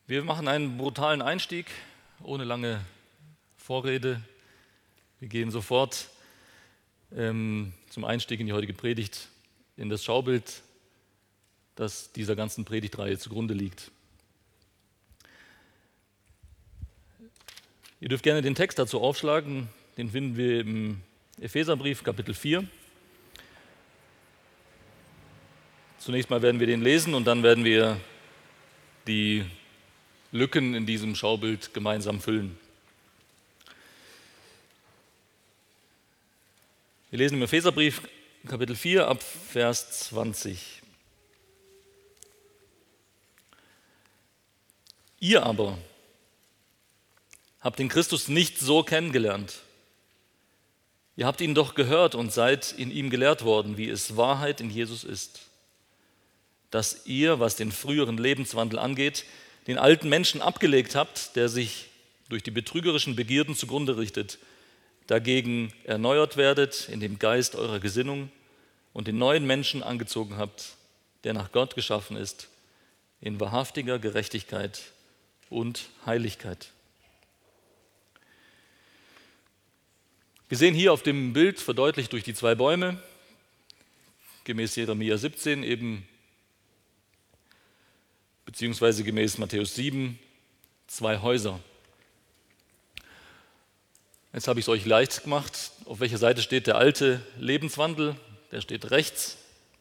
Wir machen einen brutalen Einstieg, ohne lange Vorrede. Wir gehen sofort zum Einstieg in die heutige Predigt, in das Schaubild, das dieser ganzen Predigtreihe zugrunde liegt. Ihr dürft gerne den Text dazu aufschlagen, den finden wir im Epheserbrief, Kapitel 4. Zunächst mal werden wir den lesen und dann werden wir die Lücken in diesem Schaubild gemeinsam füllen. Wir lesen im Epheserbrief, Kapitel 4, ab Vers 20. Ihr aber habt den Christus nicht so kennengelernt. Ihr habt ihn doch gehört und seid in ihm gelehrt worden, wie es Wahrheit in Jesus ist. Dass ihr, was den früheren Lebenswandel angeht, den alten Menschen abgelegt habt, der sich durch die betrügerischen Begierden zugrunde richtet, dagegen erneuert werdet in dem Geist eurer Gesinnung und den neuen Menschen angezogen habt, der nach Gott geschaffen ist, in wahrhaftiger Gerechtigkeit und Heiligkeit. Wir sehen hier auf dem Bild, verdeutlicht durch die zwei Bäume, gemäß Jeremia 17 eben, beziehungsweise gemäß Matthäus 7, zwei Häuser. Jetzt habe ich es euch leicht gemacht. Auf welcher Seite steht der alte Lebenswandel? Der steht rechts.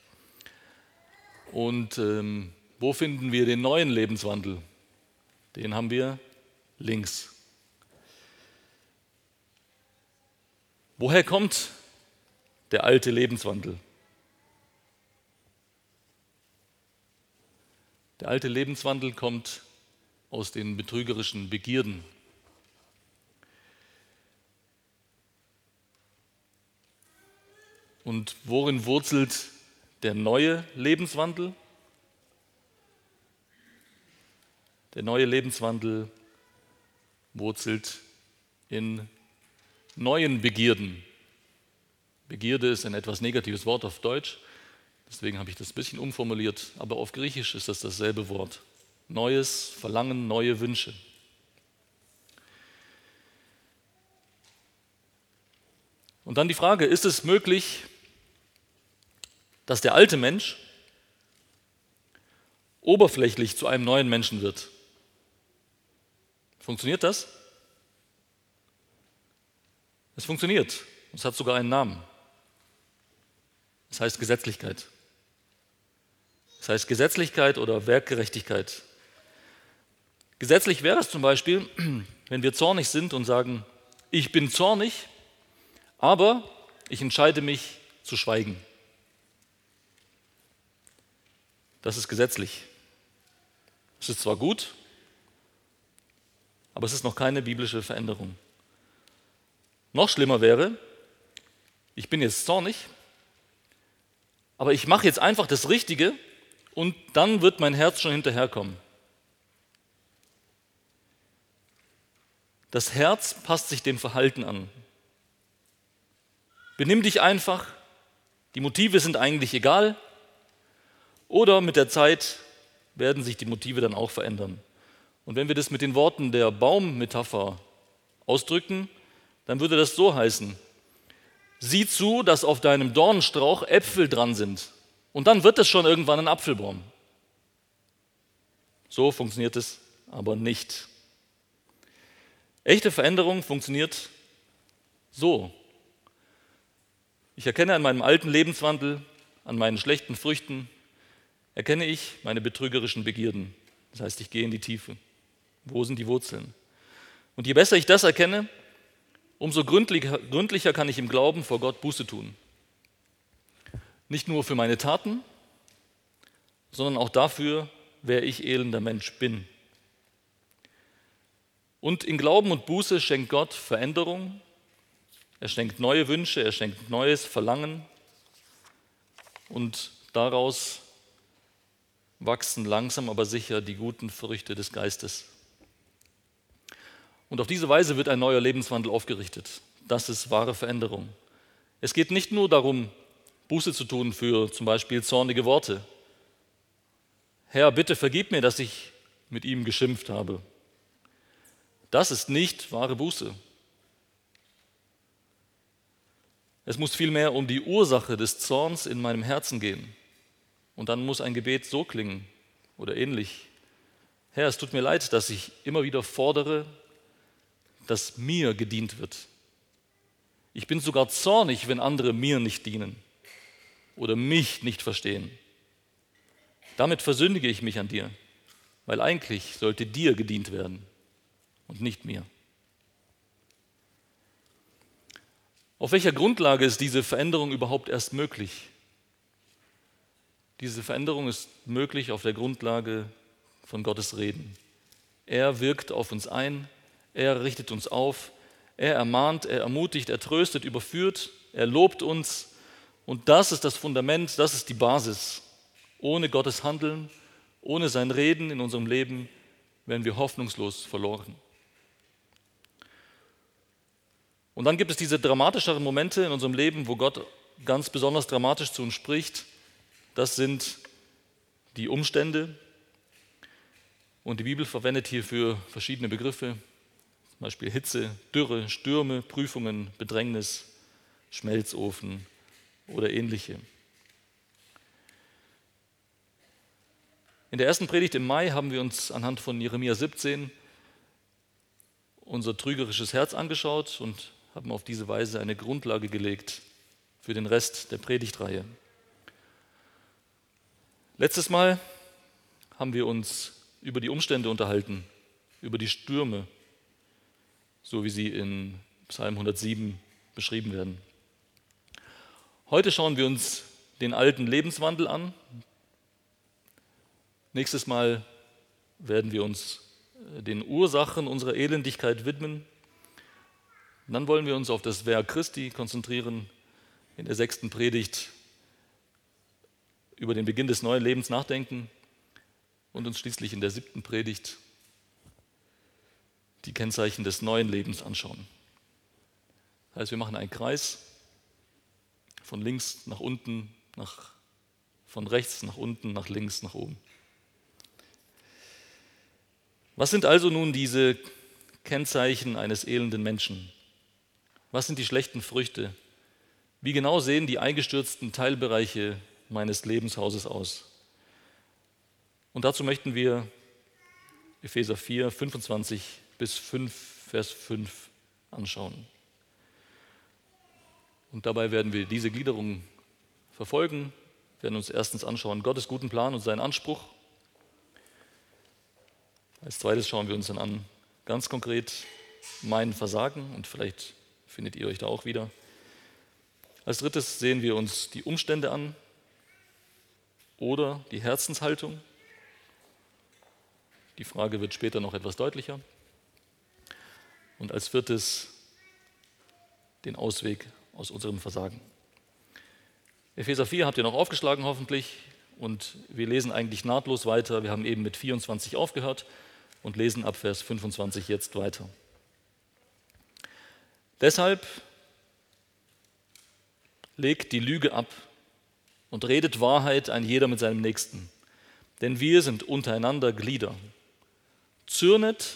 Und wo finden wir den neuen Lebenswandel? Den haben wir links. Woher kommt der alte Lebenswandel? Der alte Lebenswandel kommt aus den betrügerischen Begierden. Und worin wurzelt der neue Lebenswandel? Der neue Lebenswandel wurzelt in neuen Begierden. Begierde ist ein etwas negatives Wort auf Deutsch, deswegen habe ich das ein bisschen umformuliert, aber auf Griechisch ist das dasselbe Wort. Neues Verlangen, neue Wünsche. Und dann die Frage, ist es möglich, dass der alte Mensch oberflächlich zu einem neuen Menschen wird? Funktioniert das? Es funktioniert. Es hat sogar einen Namen. Es heißt Gesetzlichkeit. Es heißt Gesetzlichkeit oder Werkgerechtigkeit. Gesetzlich wäre es zum Beispiel, wenn wir zornig sind und sagen, ich bin zornig, aber ich entscheide mich zu schweigen. Das ist gesetzlich. Es ist zwar gut, aber es ist noch keine biblische Veränderung. Noch schlimmer wäre, ich bin jetzt zornig, aber ich mache jetzt einfach das Richtige und dann wird mein Herz schon hinterherkommen. Das Herz passt sich dem Verhalten an. Benimm dich einfach, die Motive sind eigentlich egal, oder mit der Zeit werden sich die Motive dann auch verändern. Und wenn wir das mit den Worten der Baummetapher ausdrücken, dann würde das so heißen: Sieh zu, dass auf deinem Dornenstrauch Äpfel dran sind. Und dann wird es schon irgendwann ein Apfelbaum. So funktioniert es aber nicht. Echte Veränderung funktioniert so. Ich erkenne an meinem alten Lebenswandel, an meinen schlechten Früchten, erkenne ich meine betrügerischen Begierden. Das heißt, ich gehe in die Tiefe. Wo sind die Wurzeln? Und je besser ich das erkenne, umso gründlicher kann ich im Glauben vor Gott Buße tun. Nicht nur für meine Taten, sondern auch dafür, wer ich elender Mensch bin. Und in Glauben und Buße schenkt Gott Veränderung, er schenkt neue Wünsche, er schenkt neues Verlangen und daraus wachsen langsam aber sicher die guten Früchte des Geistes. Und auf diese Weise wird ein neuer Lebenswandel aufgerichtet. Das ist wahre Veränderung. Es geht nicht nur darum, Buße zu tun für zum Beispiel zornige Worte. Herr, bitte vergib mir, dass ich mit ihm geschimpft habe. Das ist nicht wahre Buße. Es muss vielmehr um die Ursache des Zorns in meinem Herzen gehen. Und dann muss ein Gebet so klingen oder ähnlich. Herr, es tut mir leid, dass ich immer wieder fordere, dass mir gedient wird. Ich bin sogar zornig, wenn andere mir nicht dienen oder mich nicht verstehen. Damit versündige ich mich an dir, weil eigentlich sollte dir gedient werden und nicht mir. Auf welcher Grundlage ist diese Veränderung überhaupt erst möglich? Diese Veränderung ist möglich auf der Grundlage von Gottes Reden. Er wirkt auf uns ein, er richtet uns auf, er ermahnt, er ermutigt, er tröstet, überführt, er lobt uns. Und das ist das Fundament, das ist die Basis. Ohne Gottes Handeln, ohne sein Reden in unserem Leben wären wir hoffnungslos verloren. Und dann gibt es diese dramatischeren Momente in unserem Leben, wo Gott ganz besonders dramatisch zu uns spricht. Das sind die Umstände. Und die Bibel verwendet hierfür verschiedene Begriffe, zum Beispiel Hitze, Dürre, Stürme, Prüfungen, Bedrängnis, Schmelzofen oder ähnliche. In der ersten Predigt im Mai haben wir uns anhand von Jeremia 17 unser trügerisches Herz angeschaut und haben auf diese Weise eine Grundlage gelegt für den Rest der Predigtreihe. Letztes Mal haben wir uns über die Umstände unterhalten, über die Stürme, so wie sie in Psalm 107 beschrieben werden. Heute schauen wir uns den alten Lebenswandel an. Nächstes Mal werden wir uns den Ursachen unserer Elendigkeit widmen. Und dann wollen wir uns auf das Werk Christi konzentrieren, in der 6. Predigt über den Beginn des neuen Lebens nachdenken und uns schließlich in der 7. Predigt die Kennzeichen des neuen Lebens anschauen. Das heißt, wir machen einen Kreis von links nach unten, von rechts nach unten, nach links, nach oben. Was sind also nun diese Kennzeichen eines elenden Menschen? Was sind die schlechten Früchte? Wie genau sehen die eingestürzten Teilbereiche meines Lebenshauses aus? Und dazu möchten wir Epheser 4, 25 bis 5, Vers 5 anschauen. Und dabei werden wir diese Gliederung verfolgen, werden uns erstens anschauen Gottes guten Plan und seinen Anspruch. Als zweites schauen wir uns dann an, ganz konkret, mein Versagen, und vielleicht findet ihr euch da auch wieder. Als drittes sehen wir uns die Umstände an oder die Herzenshaltung. Die Frage wird später noch etwas deutlicher. Und als viertes den Ausweg aus unserem Versagen. Epheser 4 habt ihr noch aufgeschlagen hoffentlich, und wir lesen eigentlich nahtlos weiter. Wir haben eben mit 24 aufgehört und lesen ab Vers 25 jetzt weiter. Deshalb legt die Lüge ab und redet Wahrheit ein jeder mit seinem Nächsten, denn wir sind untereinander Glieder. Zürnet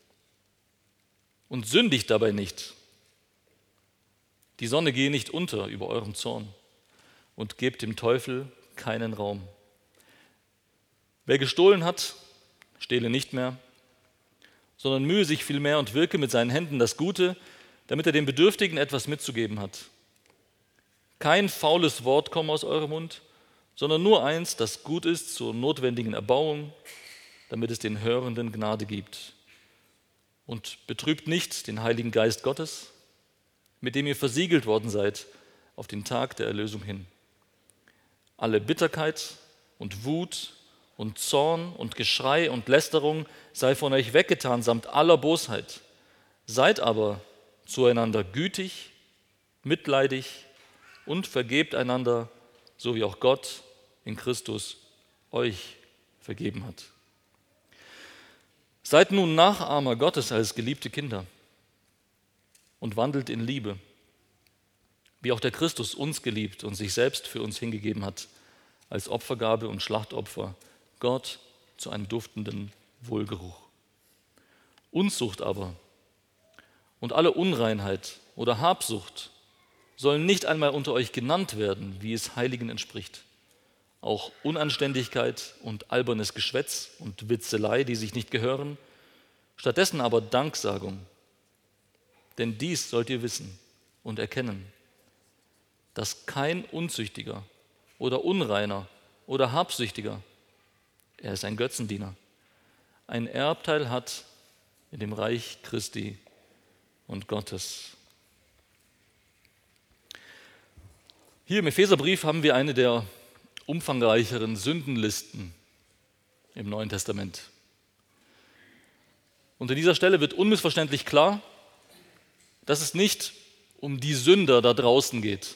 und sündigt dabei nicht. Die Sonne gehe nicht unter über euren Zorn und gebt dem Teufel keinen Raum. Wer gestohlen hat, stehle nicht mehr, sondern mühe sich vielmehr und wirke mit seinen Händen das Gute, damit er dem Bedürftigen etwas mitzugeben hat. Kein faules Wort komme aus eurem Mund, sondern nur eins, das gut ist zur notwendigen Erbauung, damit es den Hörenden Gnade gibt. Und betrübt nicht den Heiligen Geist Gottes, mit dem ihr versiegelt worden seid auf den Tag der Erlösung hin. Alle Bitterkeit und Wut und Zorn und Geschrei und Lästerung sei von euch weggetan, samt aller Bosheit. Seid aber zueinander gütig, mitleidig und vergebt einander, so wie auch Gott in Christus euch vergeben hat. Seid nun Nachahmer Gottes als geliebte Kinder und wandelt in Liebe, wie auch der Christus uns geliebt und sich selbst für uns hingegeben hat, als Opfergabe und Schlachtopfer, Gott zu einem duftenden Wohlgeruch. Unzucht aber und alle Unreinheit oder Habsucht sollen nicht einmal unter euch genannt werden, wie es Heiligen entspricht. Auch Unanständigkeit und albernes Geschwätz und Witzelei, die sich nicht gehören, stattdessen aber Danksagung. Denn dies sollt ihr wissen und erkennen, dass kein Unzüchtiger oder Unreiner oder Habsüchtiger, er ist ein Götzendiener, ein Erbteil hat in dem Reich Christi und Gottes. Hier im Epheserbrief haben wir eine der umfangreicheren Sündenlisten im Neuen Testament. Und an dieser Stelle wird unmissverständlich klar, dass es nicht um die Sünder da draußen geht,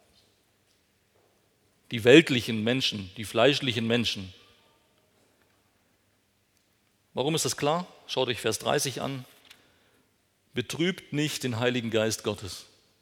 die weltlichen Menschen, die fleischlichen Menschen. Warum ist das klar? Schaut euch Vers 30 an. Betrübt nicht den Heiligen Geist Gottes.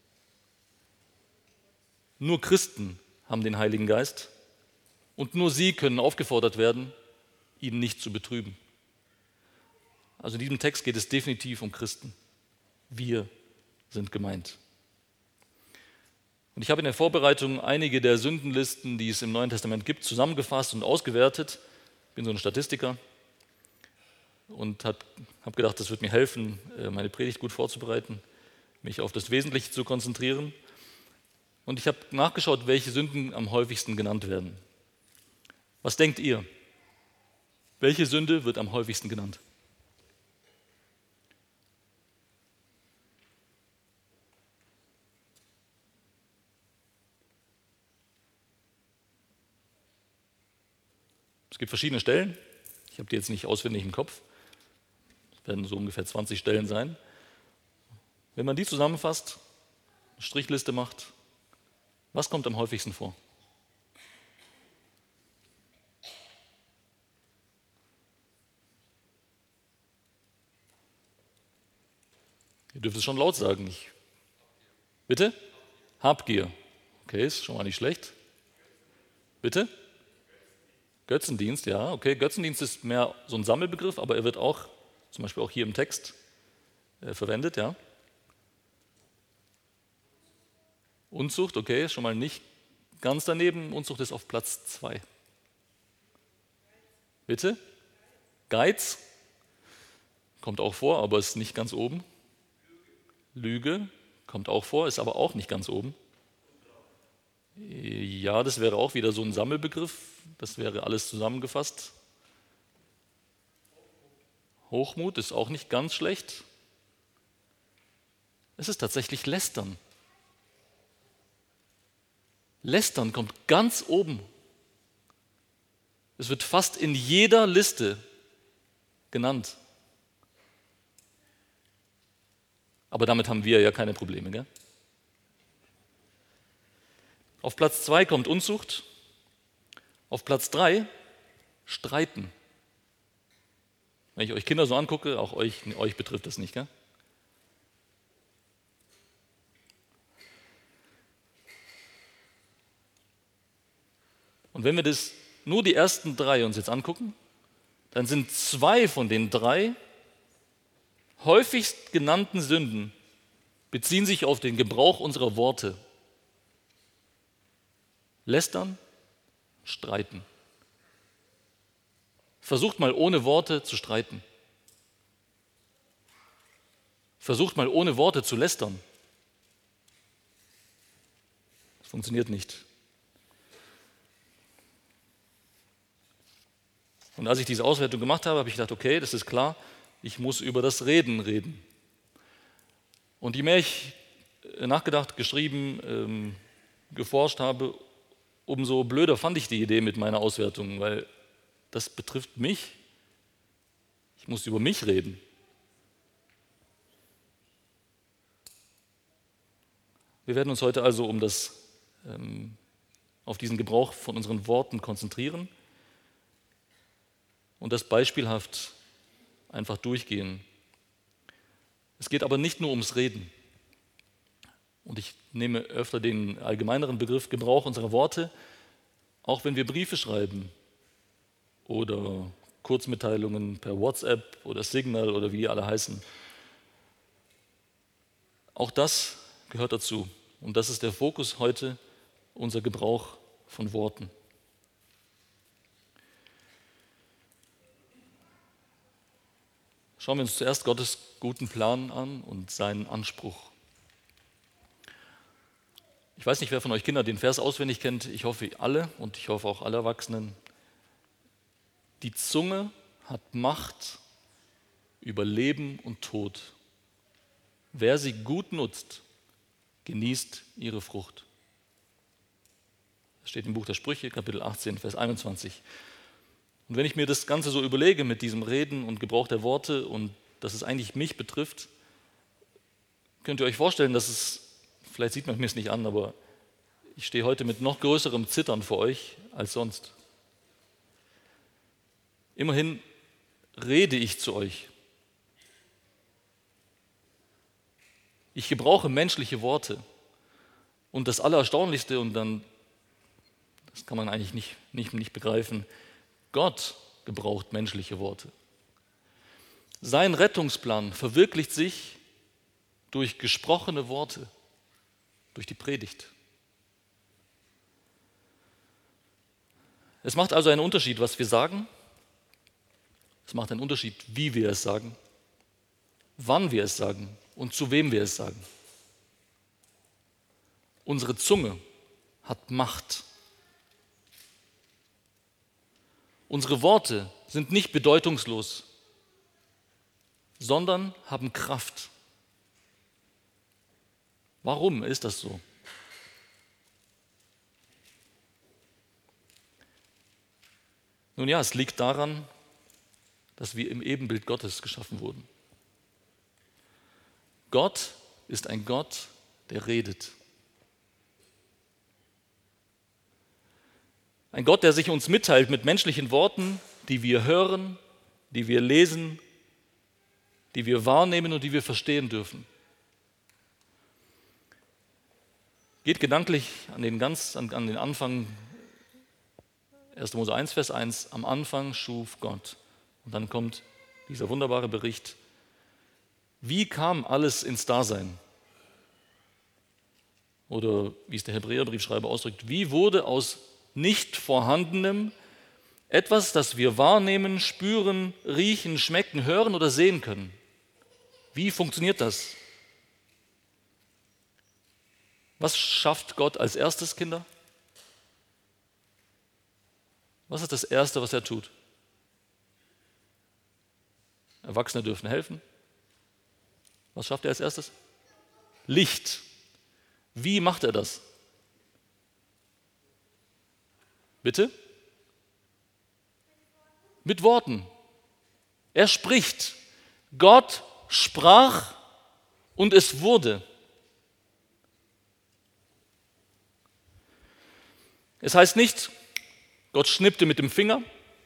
Nur Christen haben den Heiligen Geist und nur sie können aufgefordert werden, ihn nicht zu betrüben. Also in diesem Text geht es definitiv um Christen. Wir sind gemeint. Und ich habe in der Vorbereitung einige der Sündenlisten, die es im Neuen Testament gibt, zusammengefasst und ausgewertet. Ich bin so ein Statistiker und habe gedacht, das wird mir helfen, meine Predigt gut vorzubereiten, mich auf das Wesentliche zu konzentrieren. Und ich habe nachgeschaut, welche Sünden am häufigsten genannt werden. Was denkt ihr? Welche Sünde wird am häufigsten genannt? Es gibt verschiedene Stellen. Ich habe die jetzt nicht auswendig im Kopf. Es werden so ungefähr 20 Stellen sein. Wenn man die zusammenfasst, eine Strichliste macht, was kommt am häufigsten vor? Ihr dürft es schon laut sagen. Bitte? Habgier. Okay, ist schon mal nicht schlecht. Bitte? Götzendienst, ja. Okay, Götzendienst ist mehr so ein Sammelbegriff, aber er wird auch, zum Beispiel auch hier im Text, verwendet, ja. Unzucht, okay, schon mal nicht ganz daneben. Unzucht ist auf Platz 2. Bitte? Geiz kommt auch vor, aber ist nicht ganz oben. Lüge kommt auch vor, ist aber auch nicht ganz oben. Ja, das wäre auch wieder so ein Sammelbegriff. Das wäre alles zusammengefasst. Hochmut ist auch nicht ganz schlecht. Es ist tatsächlich Lästern. Lästern kommt ganz oben. Es wird fast in jeder Liste genannt. Aber damit haben wir ja keine Probleme, gell? Auf Platz 2 kommt Unzucht. Auf Platz 3 Streiten. Wenn ich euch Kinder so angucke, auch euch betrifft das nicht, gell? Und wenn wir nur die ersten 3 uns jetzt angucken, dann sind 2 von den 3 häufigst genannten Sünden beziehen sich auf den Gebrauch unserer Worte. Lästern, streiten. Versucht mal ohne Worte zu streiten. Versucht mal ohne Worte zu lästern. Das funktioniert nicht. Und als ich diese Auswertung gemacht habe, habe ich gedacht, okay, das ist klar, ich muss über das Reden reden. Und je mehr ich nachgedacht, geschrieben, geforscht habe, umso blöder fand ich die Idee mit meiner Auswertung, weil das betrifft mich. Ich muss über mich reden. Wir werden uns heute also auf diesen Gebrauch von unseren Worten konzentrieren und das beispielhaft einfach durchgehen. Es geht aber nicht nur ums Reden. Und ich nehme öfter den allgemeineren Begriff Gebrauch unserer Worte, auch wenn wir Briefe schreiben oder Kurzmitteilungen per WhatsApp oder Signal oder wie die alle heißen. Auch das gehört dazu. Und das ist der Fokus heute, unser Gebrauch von Worten. Schauen wir uns zuerst Gottes guten Plan an und seinen Anspruch. Ich weiß nicht, wer von euch Kinder den Vers auswendig kennt. Ich hoffe alle und ich hoffe auch alle Erwachsenen. Die Zunge hat Macht über Leben und Tod. Wer sie gut nutzt, genießt ihre Frucht. Das steht im Buch der Sprüche, Kapitel 18, Vers 21. Und wenn ich mir das Ganze so überlege mit diesem Reden und Gebrauch der Worte und dass es eigentlich mich betrifft, könnt ihr euch vorstellen, dass es, vielleicht sieht man mir es nicht an, aber ich stehe heute mit noch größerem Zittern vor euch als sonst. Immerhin rede ich zu euch. Ich gebrauche menschliche Worte. Und das Allererstaunlichste, und dann, das kann man eigentlich nicht begreifen, Gott gebraucht menschliche Worte. Sein Rettungsplan verwirklicht sich durch gesprochene Worte, durch die Predigt. Es macht also einen Unterschied, was wir sagen. Es macht einen Unterschied, wie wir es sagen, wann wir es sagen und zu wem wir es sagen. Unsere Zunge hat Macht. Unsere Worte sind nicht bedeutungslos, sondern haben Kraft. Warum ist das so? Nun ja, es liegt daran, dass wir im Ebenbild Gottes geschaffen wurden. Gott ist ein Gott, der redet. Ein Gott, der sich uns mitteilt mit menschlichen Worten, die wir hören, die wir lesen, die wir wahrnehmen und die wir verstehen dürfen. Geht gedanklich an den Anfang, 1. Mose 1, Vers 1, am Anfang schuf Gott. Und dann kommt dieser wunderbare Bericht. Wie kam alles ins Dasein? Oder wie es der Hebräerbriefschreiber ausdrückt, wie wurde aus nicht Vorhandenem etwas, das wir wahrnehmen, spüren, riechen, schmecken, hören oder sehen können? Wie funktioniert das? Was schafft Gott als erstes, Kinder? Was ist das Erste, was er tut? Erwachsene dürfen helfen. Was schafft er als erstes? Licht. Wie macht er das? Bitte? Mit Worten. Er spricht. Gott sprach und es wurde. Es heißt nicht, Gott schnippte mit dem Finger.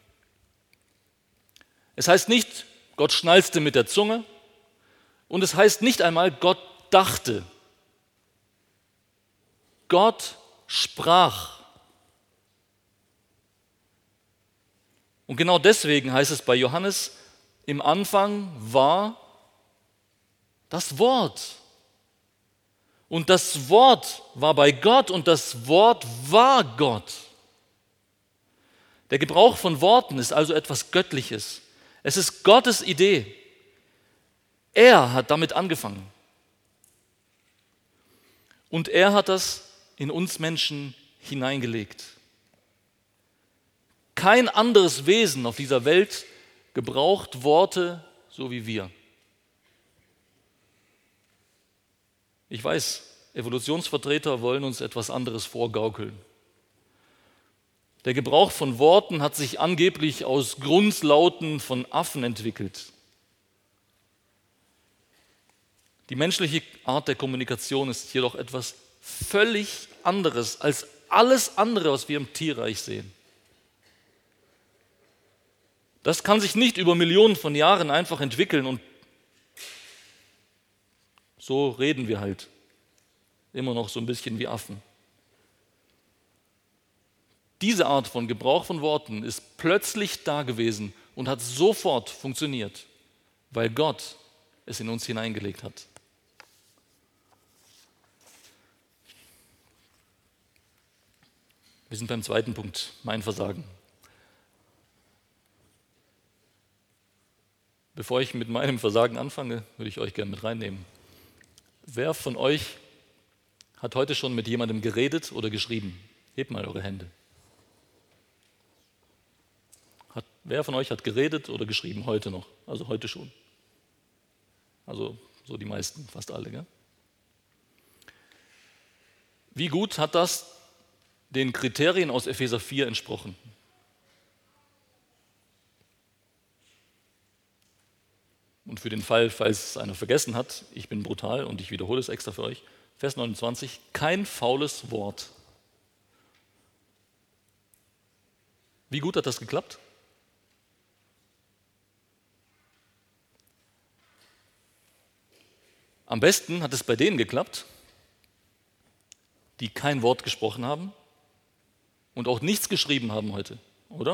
Es heißt nicht, Gott schnalzte mit der Zunge. Und es heißt nicht einmal, Gott dachte. Gott sprach. Und genau deswegen heißt es bei Johannes, im Anfang war das Wort. Und das Wort war bei Gott und das Wort war Gott. Der Gebrauch von Worten ist also etwas Göttliches. Es ist Gottes Idee. Er hat damit angefangen. Und er hat das in uns Menschen hineingelegt. Kein anderes Wesen auf dieser Welt gebraucht Worte so wie wir. Ich weiß, Evolutionsvertreter wollen uns etwas anderes vorgaukeln. Der Gebrauch von Worten hat sich angeblich aus Grundlauten von Affen entwickelt. Die menschliche Art der Kommunikation ist jedoch etwas völlig anderes als alles andere, was wir im Tierreich sehen. Das kann sich nicht über Millionen von Jahren einfach entwickeln und so reden wir halt immer noch so ein bisschen wie Affen. Diese Art von Gebrauch von Worten ist plötzlich da gewesen und hat sofort funktioniert, weil Gott es in uns hineingelegt hat. Wir sind beim zweiten Punkt, mein Versagen. Bevor ich mit meinem Versagen anfange, würde ich euch gerne mit reinnehmen. Wer von euch hat heute schon mit jemandem geredet oder geschrieben? Hebt mal eure Hände. Wer von euch hat geredet oder geschrieben heute noch? Also heute schon. Also so die meisten, fast alle. Gell? Wie gut hat das den Kriterien aus Epheser 4 entsprochen? Und für den Fall, falls es einer vergessen hat, ich bin brutal und ich wiederhole es extra für euch. Vers 29, kein faules Wort. Wie gut hat das geklappt? Am besten hat es bei denen geklappt, die kein Wort gesprochen haben und auch nichts geschrieben haben heute, oder?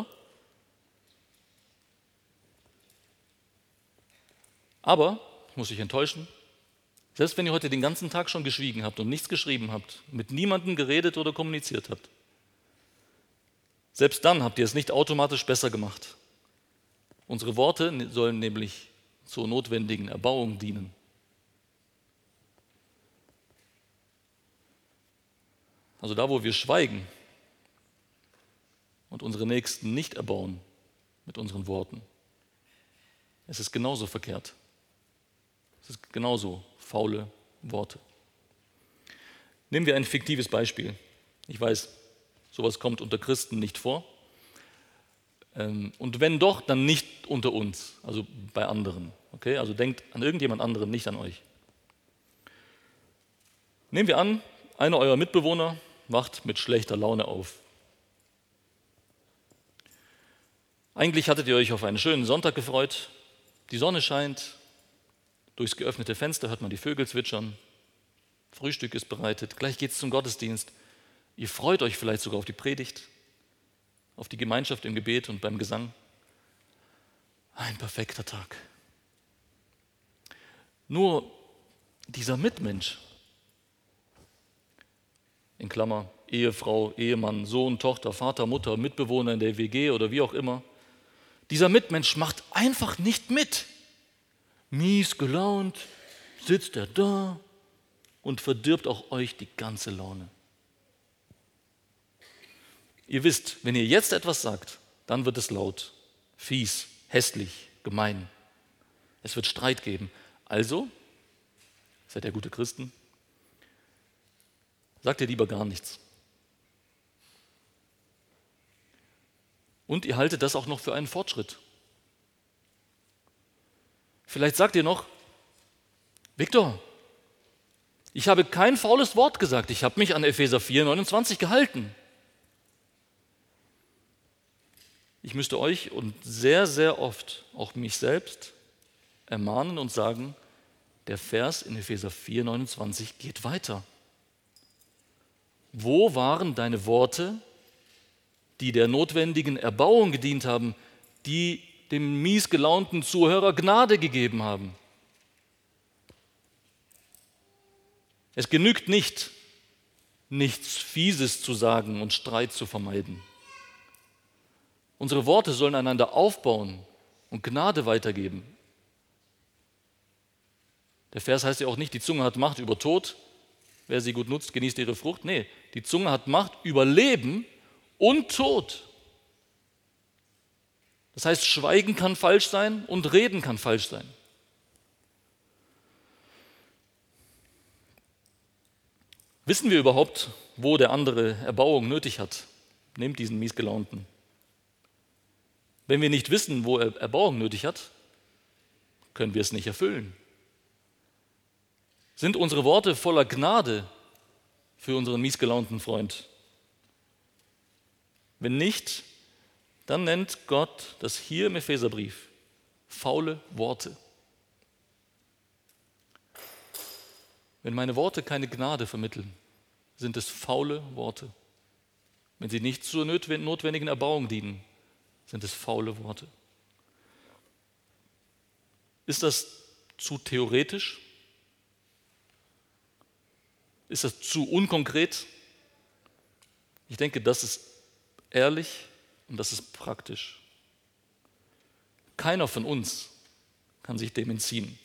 Aber, ich muss euch enttäuschen, selbst wenn ihr heute den ganzen Tag schon geschwiegen habt und nichts geschrieben habt, mit niemandem geredet oder kommuniziert habt, selbst dann habt ihr es nicht automatisch besser gemacht. Unsere Worte sollen nämlich zur notwendigen Erbauung dienen. Also da, wo wir schweigen und unsere Nächsten nicht erbauen mit unseren Worten, es ist genauso verkehrt. Es ist genauso faule Worte. Nehmen wir ein fiktives Beispiel. Ich weiß, sowas kommt unter Christen nicht vor. Und wenn doch, dann nicht unter uns, also bei anderen. Okay? Also denkt an irgendjemand anderen, nicht an euch. Nehmen wir an, einer eurer Mitbewohner wacht mit schlechter Laune auf. Eigentlich hattet ihr euch auf einen schönen Sonntag gefreut. Die Sonne scheint, durchs geöffnete Fenster hört man die Vögel zwitschern, Frühstück ist bereitet, gleich geht es zum Gottesdienst. Ihr freut euch vielleicht sogar auf die Predigt, auf die Gemeinschaft im Gebet und beim Gesang. Ein perfekter Tag. Nur dieser Mitmensch, in Klammer, Ehefrau, Ehemann, Sohn, Tochter, Vater, Mutter, Mitbewohner in der WG oder wie auch immer, dieser Mitmensch macht einfach nicht mit. Mies gelaunt sitzt er da und verdirbt auch euch die ganze Laune. Ihr wisst, wenn ihr jetzt etwas sagt, dann wird es laut, fies, hässlich, gemein. Es wird Streit geben. Also, seid ihr gute Christen, sagt ihr lieber gar nichts. Und ihr haltet das auch noch für einen Fortschritt. Vielleicht sagt ihr noch, Viktor, ich habe kein faules Wort gesagt, ich habe mich an Epheser 4, 29 gehalten. Ich müsste euch und sehr, sehr oft auch mich selbst ermahnen und sagen, der Vers in Epheser 4, 29 geht weiter. Wo waren deine Worte, die der notwendigen Erbauung gedient haben, die dem mies gelaunten Zuhörer Gnade gegeben haben? Es genügt nicht, nichts Fieses zu sagen und Streit zu vermeiden. Unsere Worte sollen einander aufbauen und Gnade weitergeben. Der Vers heißt ja auch nicht, die Zunge hat Macht über Tod. Wer sie gut nutzt, genießt ihre Frucht. Nee, die Zunge hat Macht über Leben und Tod. Das heißt, Schweigen kann falsch sein und Reden kann falsch sein. Wissen wir überhaupt, wo der andere Erbauung nötig hat? Nehmt diesen miesgelaunten. Wenn wir nicht wissen, wo er Erbauung nötig hat, können wir es nicht erfüllen. Sind unsere Worte voller Gnade für unseren miesgelaunten Freund? Wenn nicht, dann nennt Gott das hier im Epheserbrief faule Worte. Wenn meine Worte keine Gnade vermitteln, sind es faule Worte. Wenn sie nicht zur notwendigen Erbauung dienen, sind es faule Worte. Ist das zu theoretisch? Ist das zu unkonkret? Ich denke, das ist ehrlich und das ist praktisch. Keiner von uns kann sich dem entziehen.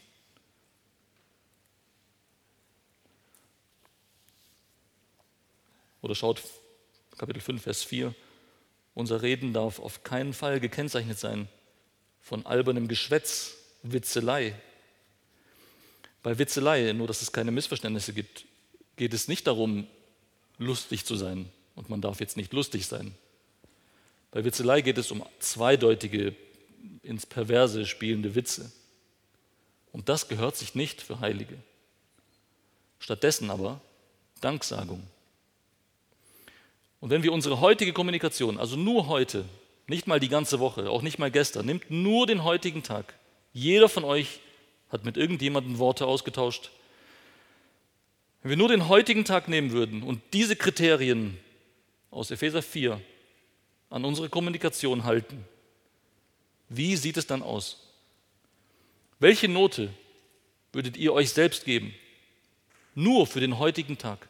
Oder schaut Kapitel 5, Vers 4. Unser Reden darf auf keinen Fall gekennzeichnet sein von albernem Geschwätz, Witzelei. Bei Witzelei, nur dass es keine Missverständnisse gibt, geht es nicht darum, lustig zu sein. Und man darf jetzt nicht lustig sein. Bei Witzelei geht es um zweideutige, ins Perverse spielende Witze. Und das gehört sich nicht für Heilige. Stattdessen aber Danksagung. Und wenn wir unsere heutige Kommunikation, also nur heute, nicht mal die ganze Woche, auch nicht mal gestern, nimmt nur den heutigen Tag. Jeder von euch hat mit irgendjemandem Worte ausgetauscht. Wenn wir nur den heutigen Tag nehmen würden und diese Kriterien aus Epheser 4 an unsere Kommunikation halten, wie sieht es dann aus? Welche Note würdet ihr euch selbst geben? Nur für den heutigen Tag.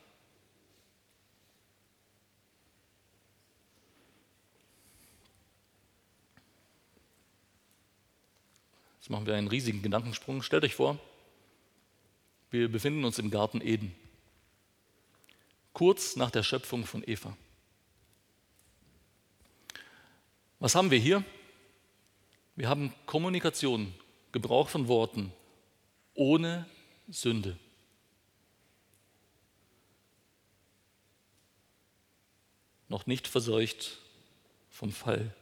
Jetzt machen wir einen riesigen Gedankensprung. Stellt euch vor, wir befinden uns im Garten Eden, kurz nach der Schöpfung von Eva. Was haben wir hier? Wir haben Kommunikation, Gebrauch von Worten ohne Sünde. Noch nicht verseucht vom Fall.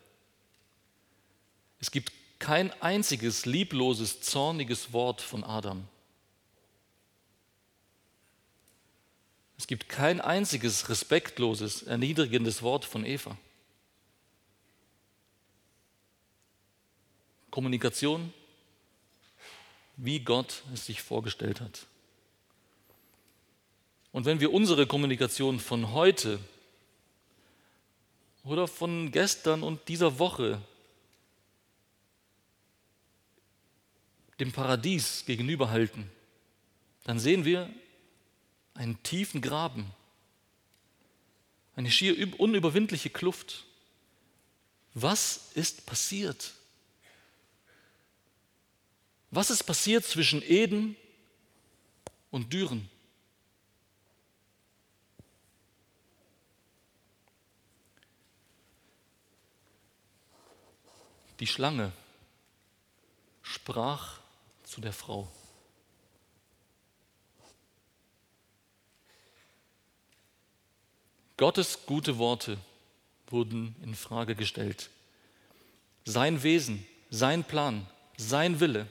Es gibt kein einziges liebloses, zorniges Wort von Adam. Es gibt kein einziges respektloses, erniedrigendes Wort von Eva. Kommunikation, wie Gott es sich vorgestellt hat. Und wenn wir unsere Kommunikation von heute oder von gestern und dieser Woche dem Paradies gegenüberhalten, dann sehen wir einen tiefen Graben, eine schier unüberwindliche Kluft. Was ist passiert? Was ist passiert zwischen Eden und Düren? Die Schlange sprach zu der Frau. Gottes gute Worte wurden in Frage gestellt. Sein Wesen, sein Plan, sein Wille.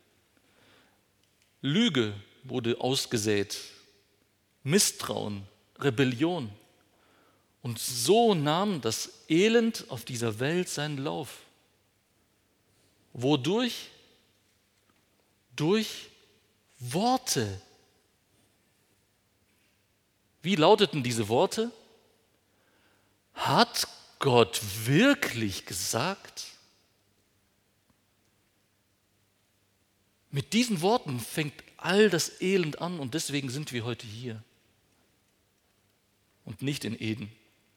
Lüge wurde ausgesät, Misstrauen, Rebellion. Und so nahm das Elend auf dieser Welt seinen Lauf. Wodurch? Durch Worte. Wie lauteten diese Worte? Hat Gott wirklich gesagt? Mit diesen Worten fängt all das Elend an und deswegen sind wir heute hier und nicht in Eden.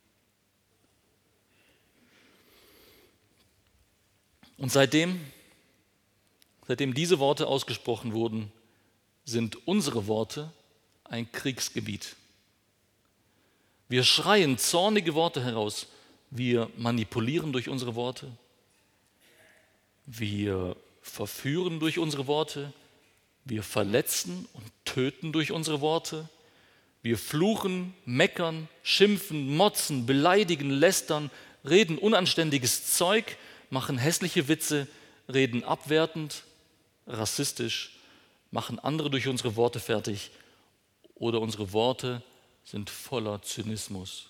Und seitdem diese Worte ausgesprochen wurden, sind unsere Worte ein Kriegsgebiet. Wir schreien zornige Worte heraus. Wir manipulieren durch unsere Worte. Wir verführen durch unsere Worte. Wir verletzen und töten durch unsere Worte. Wir fluchen, meckern, schimpfen, motzen, beleidigen, lästern, reden unanständiges Zeug, machen hässliche Witze, reden abwertend, rassistisch, machen andere durch unsere Worte fertig oder unsere Worte sind voller Zynismus.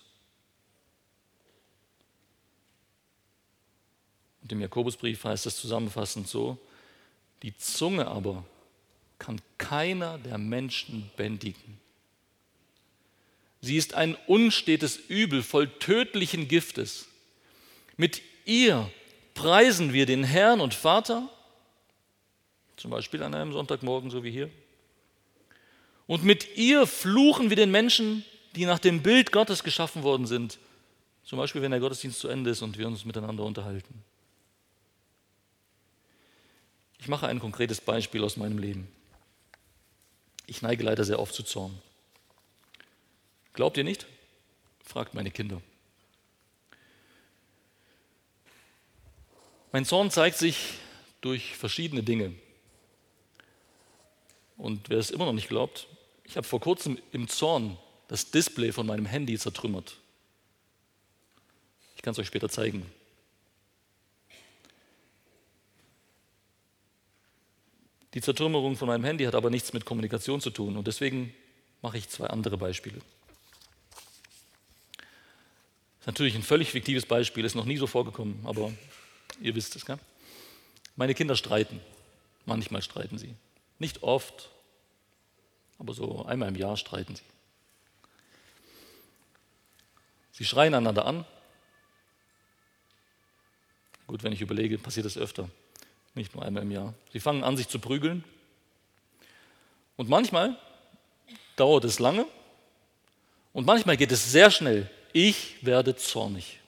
Und im Jakobusbrief heißt es zusammenfassend so: Die Zunge aber kann keiner der Menschen bändigen. Sie ist ein unstetes Übel voll tödlichen Giftes. Mit ihr preisen wir den Herrn und Vater, zum Beispiel an einem Sonntagmorgen, so wie hier. Und mit ihr fluchen wir den Menschen, die nach dem Bild Gottes geschaffen worden sind. Zum Beispiel, wenn der Gottesdienst zu Ende ist und wir uns miteinander unterhalten. Ich mache ein konkretes Beispiel aus meinem Leben. Ich neige leider sehr oft zu Zorn. Glaubt ihr nicht? Fragt meine Kinder. Mein Zorn zeigt sich durch verschiedene Dinge. Und wer es immer noch nicht glaubt, ich habe vor kurzem im Zorn das Display von meinem Handy zertrümmert. Ich kann es euch später zeigen. Die Zertrümmerung von meinem Handy hat aber nichts mit Kommunikation zu tun und deswegen mache ich 2 andere Beispiele. Das ist natürlich ein völlig fiktives Beispiel, ist noch nie so vorgekommen, aber ihr wisst es, gell? Meine Kinder streiten. Manchmal streiten sie. Nicht oft, aber so einmal im Jahr streiten sie. Sie schreien einander an. Gut, wenn ich überlege, passiert das öfter. Nicht nur einmal im Jahr. Sie fangen an, sich zu prügeln. Und manchmal dauert es lange und manchmal geht es sehr schnell. Ich werde zornig.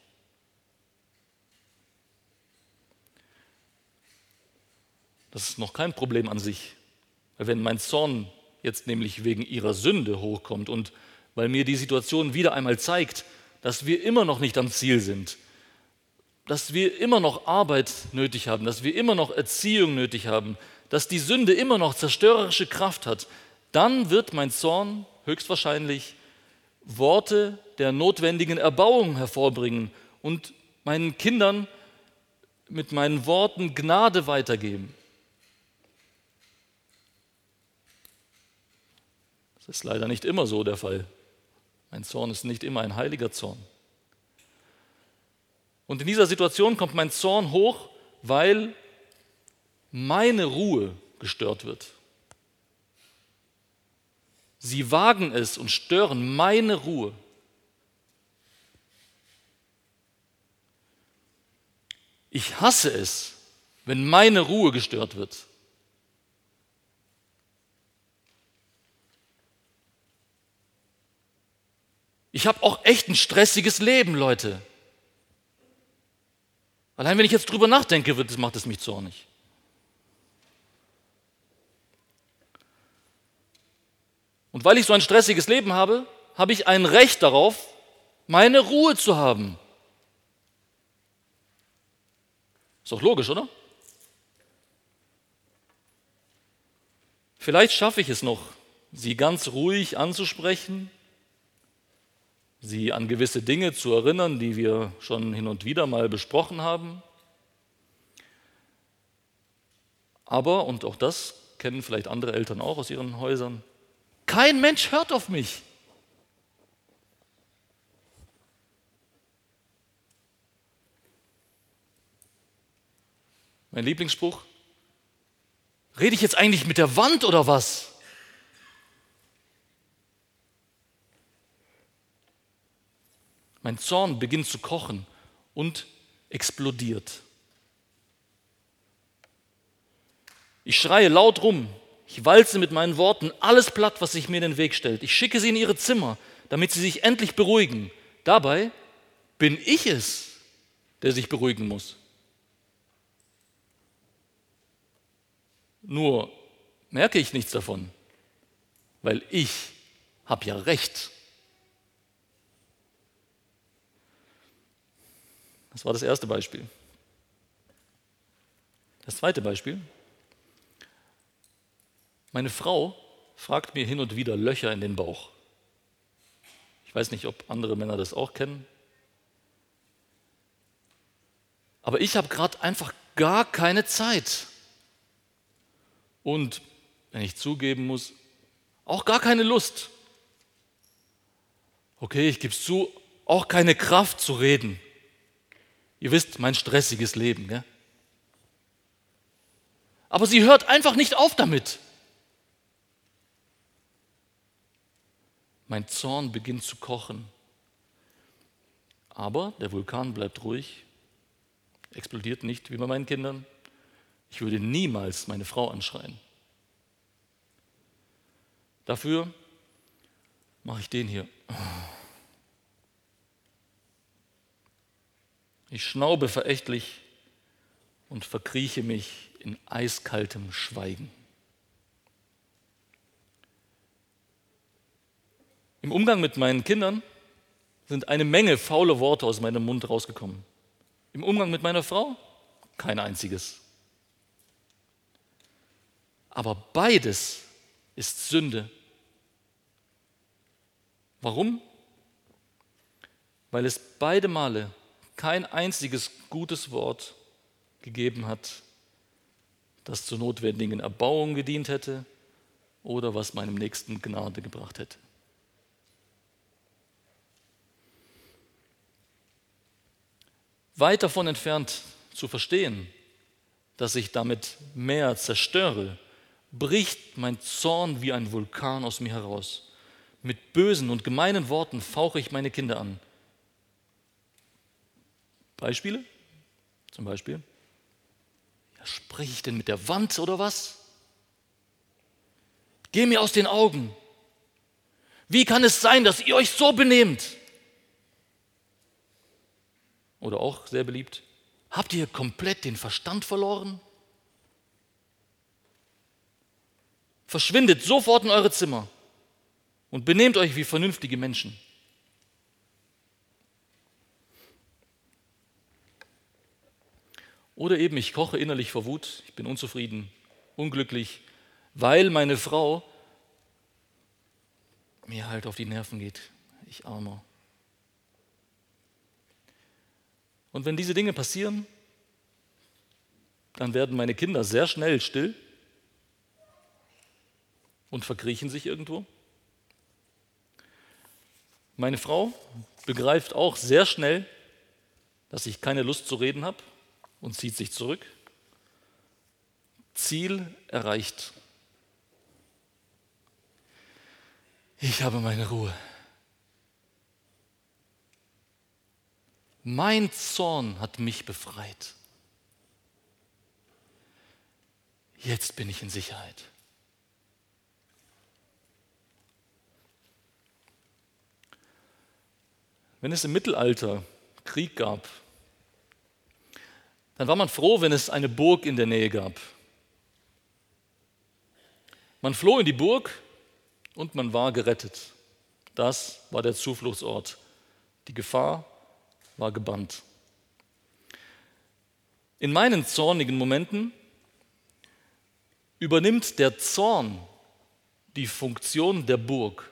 Das ist noch kein Problem an sich. Weil wenn mein Zorn jetzt nämlich wegen ihrer Sünde hochkommt und weil mir die Situation wieder einmal zeigt, dass wir immer noch nicht am Ziel sind, dass wir immer noch Arbeit nötig haben, dass wir immer noch Erziehung nötig haben, dass die Sünde immer noch zerstörerische Kraft hat, dann wird mein Zorn höchstwahrscheinlich Worte der notwendigen Erbauung hervorbringen und meinen Kindern mit meinen Worten Gnade weitergeben. Das ist leider nicht immer so der Fall. Mein Zorn ist nicht immer ein heiliger Zorn. Und in dieser Situation kommt mein Zorn hoch, weil meine Ruhe gestört wird. Sie wagen es und stören meine Ruhe. Ich hasse es, wenn meine Ruhe gestört wird. Ich habe auch echt ein stressiges Leben, Leute. Allein wenn ich jetzt drüber nachdenke, macht es mich zornig. Und weil ich so ein stressiges Leben habe, habe ich ein Recht darauf, meine Ruhe zu haben. Ist doch logisch, oder? Vielleicht schaffe ich es noch, Sie ganz ruhig anzusprechen, Sie an gewisse Dinge zu erinnern, die wir schon hin und wieder mal besprochen haben. Aber, und auch das kennen vielleicht andere Eltern auch aus ihren Häusern, kein Mensch hört auf mich. Mein Lieblingsspruch: Rede ich jetzt eigentlich mit der Wand oder was? Mein Zorn beginnt zu kochen und explodiert. Ich schreie laut rum, ich walze mit meinen Worten alles platt, was sich mir in den Weg stellt. Ich schicke sie in ihre Zimmer, damit sie sich endlich beruhigen. Dabei bin ich es, der sich beruhigen muss. Nur merke ich nichts davon, weil ich habe ja recht. Das war das erste Beispiel. Das zweite Beispiel: Meine Frau fragt mir hin und wieder Löcher in den Bauch. Ich weiß nicht, ob andere Männer das auch kennen. Aber ich habe gerade einfach gar keine Zeit. Und, wenn ich zugeben muss, auch gar keine Lust. Okay, ich gebe es zu, auch keine Kraft zu reden. Ihr wisst, mein stressiges Leben, gell? Aber sie hört einfach nicht auf damit. Mein Zorn beginnt zu kochen. Aber der Vulkan bleibt ruhig, explodiert nicht wie bei meinen Kindern. Ich würde niemals meine Frau anschreien. Dafür mache ich den hier. Ich schnaube verächtlich und verkrieche mich in eiskaltem Schweigen. Im Umgang mit meinen Kindern sind eine Menge faule Worte aus meinem Mund rausgekommen. Im Umgang mit meiner Frau kein einziges. Aber beides ist Sünde. Warum? Weil es beide Male kein einziges gutes Wort gegeben hat, das zur notwendigen Erbauung gedient hätte oder was meinem Nächsten Gnade gebracht hätte. Weit davon entfernt zu verstehen, dass ich damit mehr zerstöre, bricht mein Zorn wie ein Vulkan aus mir heraus. Mit bösen und gemeinen Worten fauche ich meine Kinder an. Beispiele? Zum Beispiel: Ja, spreche ich denn mit der Wand oder was? Geh mir aus den Augen. Wie kann es sein, dass ihr euch so benehmt? Oder auch sehr beliebt: Habt ihr komplett den Verstand verloren? Verschwindet sofort in eure Zimmer und benehmt euch wie vernünftige Menschen. Oder eben, ich koche innerlich vor Wut, ich bin unzufrieden, unglücklich, weil meine Frau mir halt auf die Nerven geht. Ich Armer. Und wenn diese Dinge passieren, dann werden meine Kinder sehr schnell still und verkriechen sich irgendwo. Meine Frau begreift auch sehr schnell, dass ich keine Lust zu reden habe und zieht sich zurück. Ziel erreicht. Ich habe meine Ruhe. Mein Zorn hat mich befreit. Jetzt bin ich in Sicherheit. Wenn es im Mittelalter Krieg gab, dann war man froh, wenn es eine Burg in der Nähe gab. Man floh in die Burg und man war gerettet. Das war der Zufluchtsort. Die Gefahr war gebannt. In meinen zornigen Momenten übernimmt der Zorn die Funktion der Burg.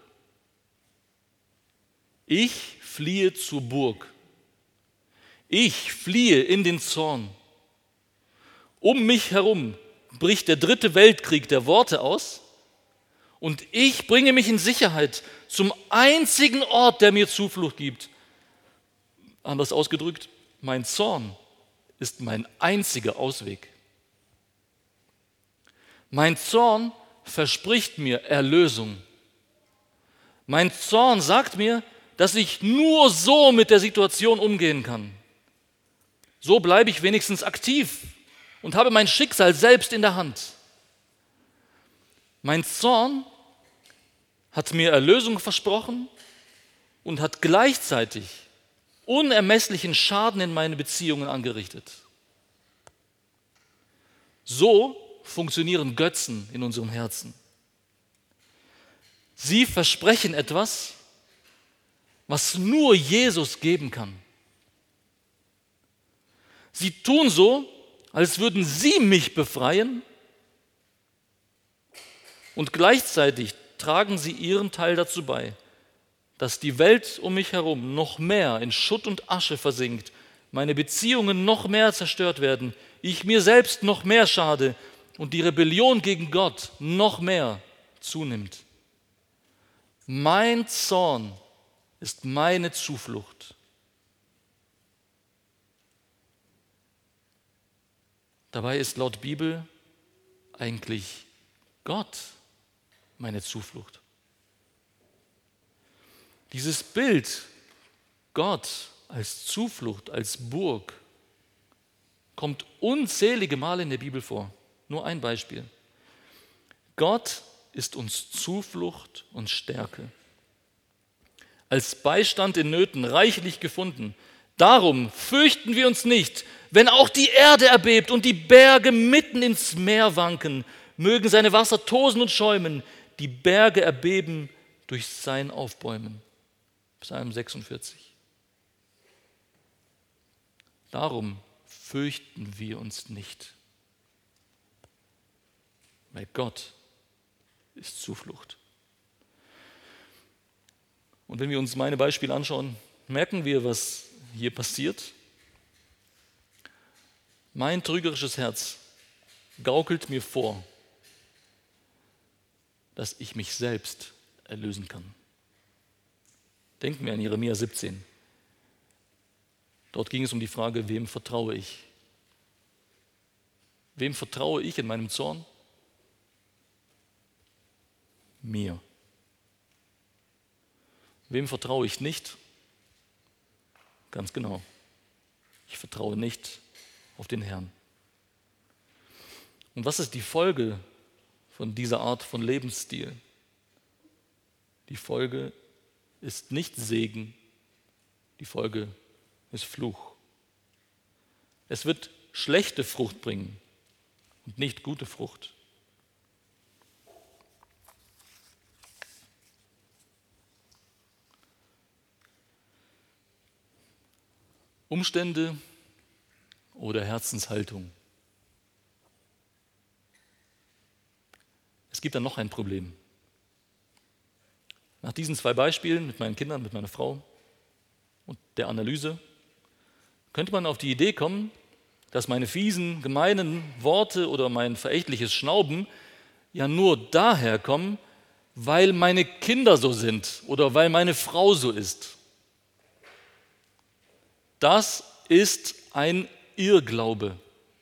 Ich fliehe zur Burg. Ich fliehe in den Zorn. Um mich herum bricht der 3. Weltkrieg der Worte aus und ich bringe mich in Sicherheit zum einzigen Ort, der mir Zuflucht gibt. Anders ausgedrückt, mein Zorn ist mein einziger Ausweg. Mein Zorn verspricht mir Erlösung. Mein Zorn sagt mir, dass ich nur so mit der Situation umgehen kann. So bleibe ich wenigstens aktiv und habe mein Schicksal selbst in der Hand. Mein Zorn hat mir Erlösung versprochen und hat gleichzeitig unermesslichen Schaden in meine Beziehungen angerichtet. So funktionieren Götzen in unserem Herzen. Sie versprechen etwas, was nur Jesus geben kann. Sie tun so, als würden sie mich befreien und gleichzeitig tragen sie ihren Teil dazu bei, dass die Welt um mich herum noch mehr in Schutt und Asche versinkt, meine Beziehungen noch mehr zerstört werden, ich mir selbst noch mehr schade und die Rebellion gegen Gott noch mehr zunimmt. Mein Zorn ist meine Zuflucht. Dabei ist laut Bibel eigentlich Gott meine Zuflucht. Dieses Bild, Gott als Zuflucht, als Burg, kommt unzählige Male in der Bibel vor. Nur ein Beispiel. Gott ist uns Zuflucht und Stärke. Als Beistand in Nöten reichlich gefunden. Darum fürchten wir uns nicht, wenn auch die Erde erbebt und die Berge mitten ins Meer wanken, mögen seine Wasser tosen und schäumen, die Berge erbeben durch sein Aufbäumen. Psalm 46. Darum fürchten wir uns nicht, weil Gott ist Zuflucht. Und wenn wir uns meine Beispiele anschauen, merken wir, was hier passiert. Mein trügerisches Herz gaukelt mir vor, dass ich mich selbst erlösen kann. Denken wir an Jeremia 17. Dort ging es um die Frage, wem vertraue ich? Wem vertraue ich in meinem Zorn? Mir. Wem vertraue ich nicht? Ganz genau. Ich vertraue nicht auf den Herrn. Und was ist die Folge von dieser Art von Lebensstil? Die Folge ist nicht Segen, die Folge ist Fluch. Es wird schlechte Frucht bringen und nicht gute Frucht. Umstände oder Herzenshaltung. Es gibt dann noch ein Problem. Nach diesen 2 Beispielen mit meinen Kindern, mit meiner Frau und der Analyse könnte man auf die Idee kommen, dass meine fiesen, gemeinen Worte oder mein verächtliches Schnauben ja nur daher kommen, weil meine Kinder so sind oder weil meine Frau so ist. Das ist ein Irrglaube.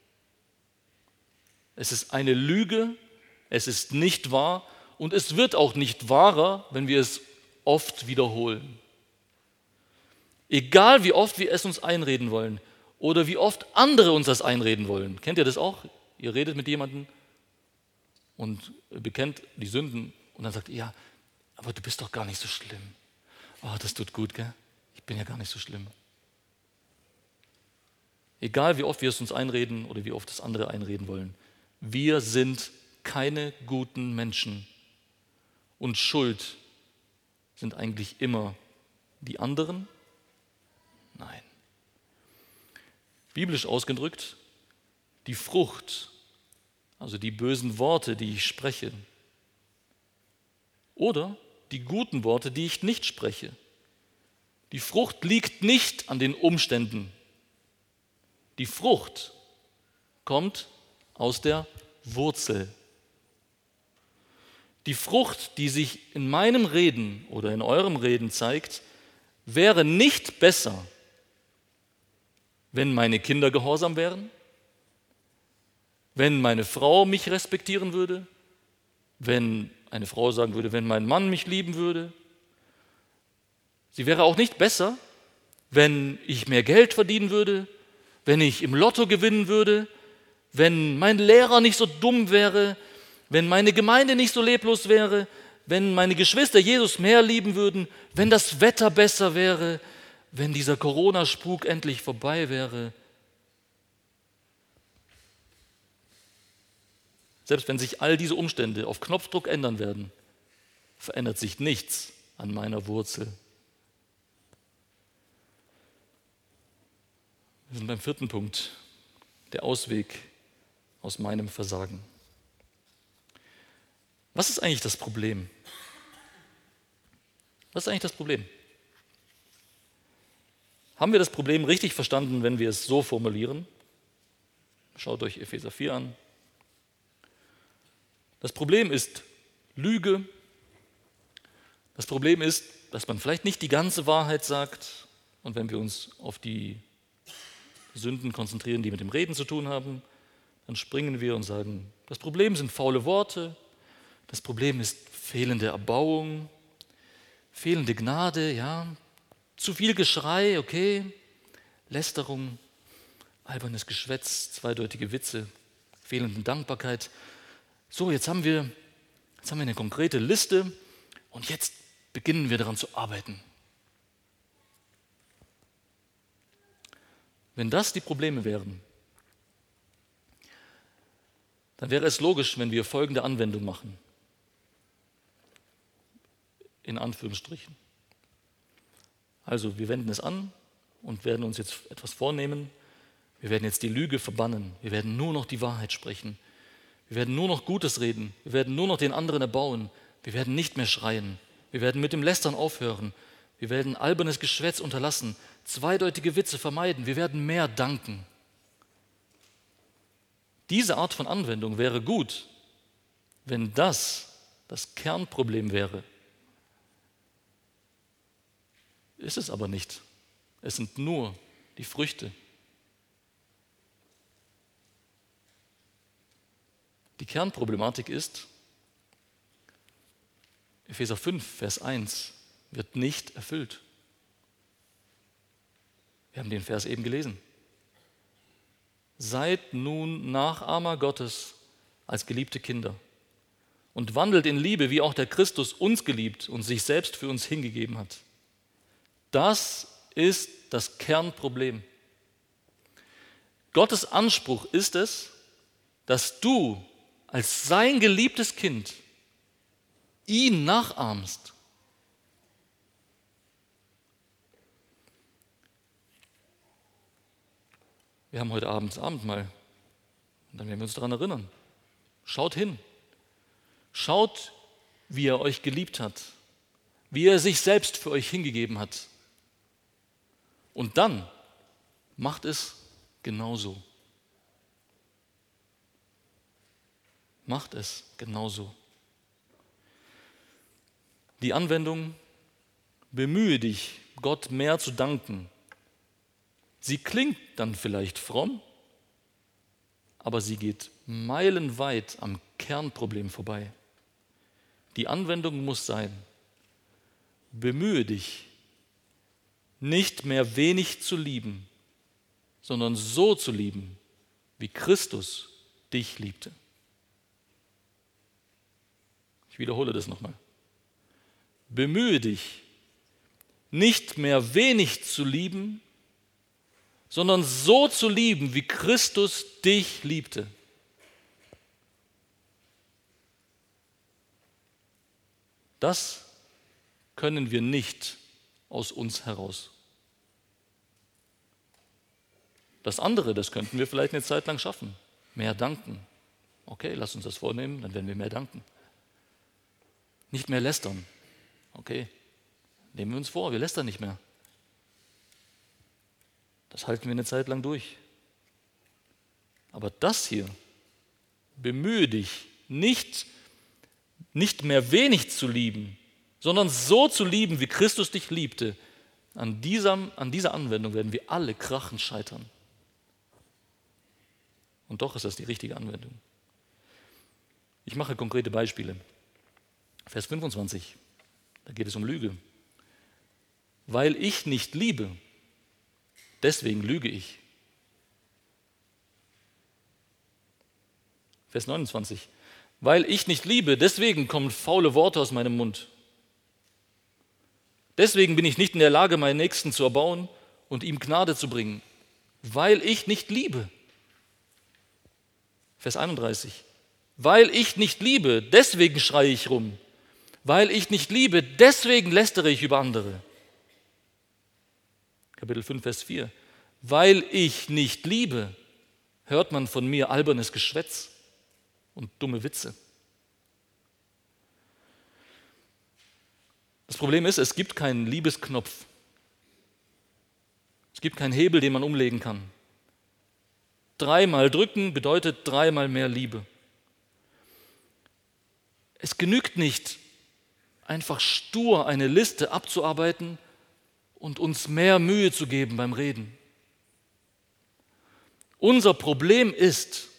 Es ist eine Lüge, es ist nicht wahr und es wird auch nicht wahrer, wenn wir es oft wiederholen. Egal wie oft wir es uns einreden wollen oder wie oft andere uns das einreden wollen. Kennt ihr das auch? Ihr redet mit jemandem und bekennt die Sünden und dann sagt ihr, ja, aber du bist doch gar nicht so schlimm. Oh, das tut gut, gell? Ich bin ja gar nicht so schlimm. Egal wie oft wir es uns einreden oder wie oft es andere einreden wollen. Wir sind keine guten Menschen. Und Schuld sind eigentlich immer die anderen? Nein. Biblisch ausgedrückt, die Frucht, also die bösen Worte, die ich spreche, oder die guten Worte, die ich nicht spreche. Die Frucht liegt nicht an den Umständen. Die Frucht kommt aus der Wurzel. Die Frucht, die sich in meinem Reden oder in eurem Reden zeigt, wäre nicht besser, wenn meine Kinder gehorsam wären, wenn meine Frau mich respektieren würde, wenn eine Frau sagen würde, wenn mein Mann mich lieben würde. Sie wäre auch nicht besser, wenn ich mehr Geld verdienen würde, wenn ich im Lotto gewinnen würde, wenn mein Lehrer nicht so dumm wäre, wenn meine Gemeinde nicht so leblos wäre, wenn meine Geschwister Jesus mehr lieben würden, wenn das Wetter besser wäre, wenn dieser Corona-Spuk endlich vorbei wäre. Selbst wenn sich all diese Umstände auf Knopfdruck ändern werden, verändert sich nichts an meiner Wurzel. Wir sind beim 4. Punkt, der Ausweg aus meinem Versagen. Was ist eigentlich das Problem? Was ist eigentlich das Problem? Haben wir das Problem richtig verstanden, wenn wir es so formulieren? Schaut euch Epheser 4 an. Das Problem ist Lüge. Das Problem ist, dass man vielleicht nicht die ganze Wahrheit sagt. Und wenn wir uns auf die Sünden konzentrieren, die mit dem Reden zu tun haben, dann springen wir und sagen, das Problem sind faule Worte, das Problem ist fehlende Erbauung, fehlende Gnade, ja, zu viel Geschrei, okay, Lästerung. albernes Geschwätz, zweideutige Witze, fehlende Dankbarkeit. So, jetzt haben wir eine konkrete Liste und jetzt beginnen wir daran zu arbeiten. Wenn das die Probleme wären, dann wäre es logisch, wenn wir folgende Anwendung machen. In Anführungsstrichen. Also wir wenden es an und werden uns jetzt etwas vornehmen. Wir werden jetzt die Lüge verbannen. Wir werden nur noch die Wahrheit sprechen. Wir werden nur noch Gutes reden. Wir werden nur noch den anderen erbauen. Wir werden nicht mehr schreien. Wir werden mit dem Lästern aufhören. Wir werden albernes Geschwätz unterlassen, zweideutige Witze vermeiden. Wir werden mehr danken. Diese Art von Anwendung wäre gut, wenn das Kernproblem wäre. Ist es aber nicht. Es sind nur die Früchte. Die Kernproblematik ist, Epheser 5, Vers 1, wird nicht erfüllt. Wir haben den Vers eben gelesen. Seid nun Nachahmer Gottes als geliebte Kinder und wandelt in Liebe, wie auch der Christus uns geliebt und sich selbst für uns hingegeben hat. Das ist das Kernproblem. Gottes Anspruch ist es, dass du als sein geliebtes Kind ihn nachahmst. Wir haben heute Abend das Abendmahl und dann werden wir uns daran erinnern. Schaut hin. Schaut, wie er euch geliebt hat, wie er sich selbst für euch hingegeben hat. Und dann macht es genauso. Macht es genauso. Die Anwendung: Bemühe dich, Gott mehr zu danken. Sie klingt dann vielleicht fromm, aber sie geht meilenweit am Kernproblem vorbei. Die Anwendung muss sein: Bemühe dich, nicht mehr wenig zu lieben, sondern so zu lieben, wie Christus dich liebte. Ich wiederhole das nochmal. Bemühe dich, nicht mehr wenig zu lieben, sondern so zu lieben, wie Christus dich liebte. Das können wir nicht aus uns heraus. Das andere, das könnten wir vielleicht eine Zeit lang schaffen. Mehr danken. Okay, lass uns das vornehmen, dann werden wir mehr danken. Nicht mehr lästern. Okay, nehmen wir uns vor, wir lästern nicht mehr. Das halten wir eine Zeit lang durch. Aber das hier, bemühe dich, nicht mehr wenig zu lieben, sondern so zu lieben, wie Christus dich liebte. An dieser Anwendung werden wir alle krachend scheitern. Und doch ist das die richtige Anwendung. Ich mache konkrete Beispiele. Vers 25, da geht es um Lüge. Weil ich nicht liebe, deswegen lüge ich. Vers 29, weil ich nicht liebe, deswegen kommen faule Worte aus meinem Mund. Deswegen bin ich nicht in der Lage, meinen Nächsten zu erbauen und ihm Gnade zu bringen, weil ich nicht liebe. Vers 31, weil ich nicht liebe, deswegen schreie ich rum. Weil ich nicht liebe, deswegen lästere ich über andere. Kapitel 5, Vers 4. Weil ich nicht liebe, hört man von mir albernes Geschwätz und dumme Witze. Das Problem ist, es gibt keinen Liebesknopf. Es gibt keinen Hebel, den man umlegen kann. 3-mal drücken bedeutet 3-mal mehr Liebe. Es genügt nicht, einfach stur eine Liste abzuarbeiten und uns mehr Mühe zu geben beim Reden. Unser Problem ist,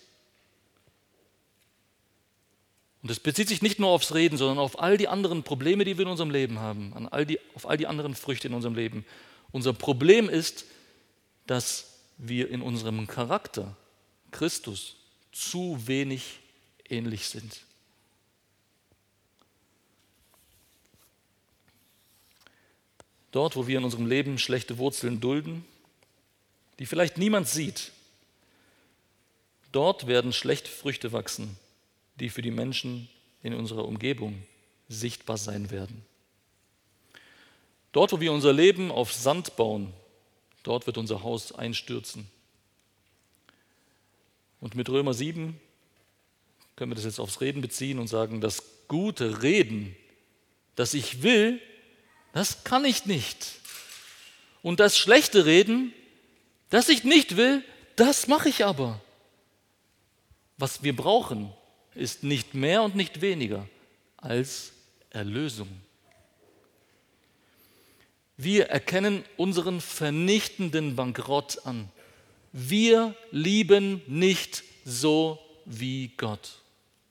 und es bezieht sich nicht nur aufs Reden, sondern auf all die anderen Probleme, die wir in unserem Leben haben, auf all die anderen Früchte in unserem Leben. Unser Problem ist, dass wir in unserem Charakter Christus zu wenig ähnlich sind. Dort, wo wir in unserem Leben schlechte Wurzeln dulden, die vielleicht niemand sieht, dort werden schlechte Früchte wachsen, die für die Menschen in unserer Umgebung sichtbar sein werden. Dort, wo wir unser Leben auf Sand bauen, dort wird unser Haus einstürzen. Und mit Römer 7 können wir das jetzt aufs Reden beziehen und sagen, das gute Reden, das ich will, das kann ich nicht. Und das schlechte Reden, das ich nicht will, das mache ich aber. Was wir brauchen, ist nicht mehr und nicht weniger als Erlösung. Wir erkennen unseren vernichtenden Bankrott an. Wir lieben nicht so wie Gott.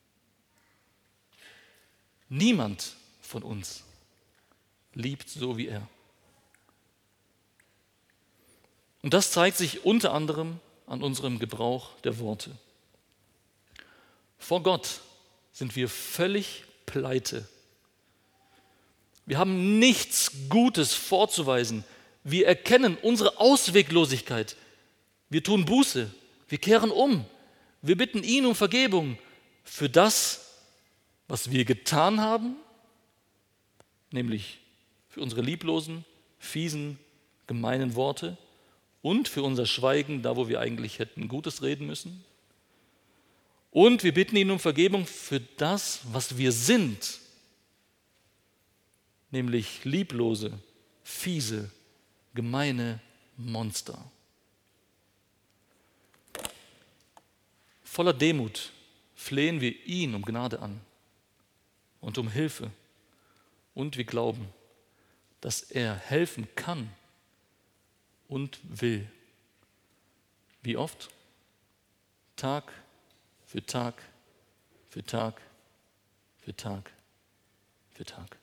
Niemand von uns liebt so wie er. Und das zeigt sich unter anderem an unserem Gebrauch der Worte. Vor Gott sind wir völlig pleite. Wir haben nichts Gutes vorzuweisen. Wir erkennen unsere Ausweglosigkeit. Wir tun Buße. Wir kehren um. Wir bitten ihn um Vergebung für das, was wir getan haben, nämlich für unsere lieblosen, fiesen, gemeinen Worte und für unser Schweigen, da wo wir eigentlich hätten Gutes reden müssen. Und wir bitten ihn um Vergebung für das, was wir sind, nämlich lieblose, fiese, gemeine Monster. Voller Demut flehen wir ihn um Gnade an und um Hilfe. Und wir glauben, dass er helfen kann und will. Wie oft? Tag für Tag für Tag für Tag für Tag.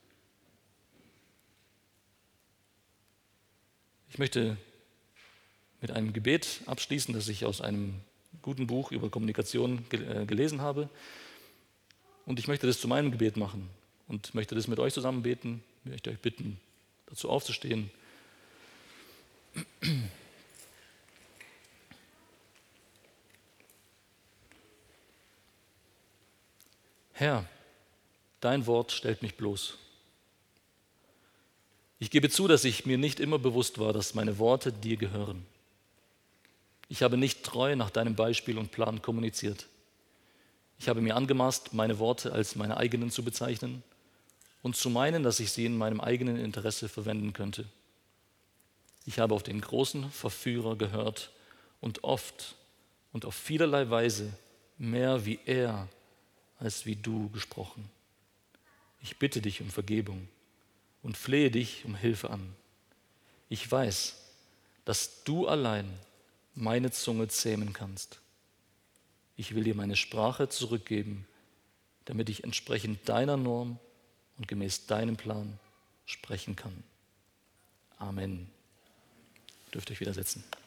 Ich möchte mit einem Gebet abschließen, das ich aus einem guten Buch über Kommunikation gelesen habe. Und ich möchte das zu meinem Gebet machen und möchte das mit euch zusammen beten. Ich möchte euch bitten, dazu aufzustehen. Herr, dein Wort stellt mich bloß. Ich gebe zu, dass ich mir nicht immer bewusst war, dass meine Worte dir gehören. Ich habe nicht treu nach deinem Beispiel und Plan kommuniziert. Ich habe mir angemaßt, meine Worte als meine eigenen zu bezeichnen und zu meinen, dass ich sie in meinem eigenen Interesse verwenden könnte. Ich habe auf den großen Verführer gehört und oft und auf vielerlei Weise mehr wie er als wie du gesprochen. Ich bitte dich um Vergebung und flehe dich um Hilfe an. Ich weiß, dass du allein meine Zunge zähmen kannst. Ich will dir meine Sprache zurückgeben, damit ich entsprechend deiner Norm und gemäß deinem Plan sprechen kann. Amen. Dürft euch wieder setzen.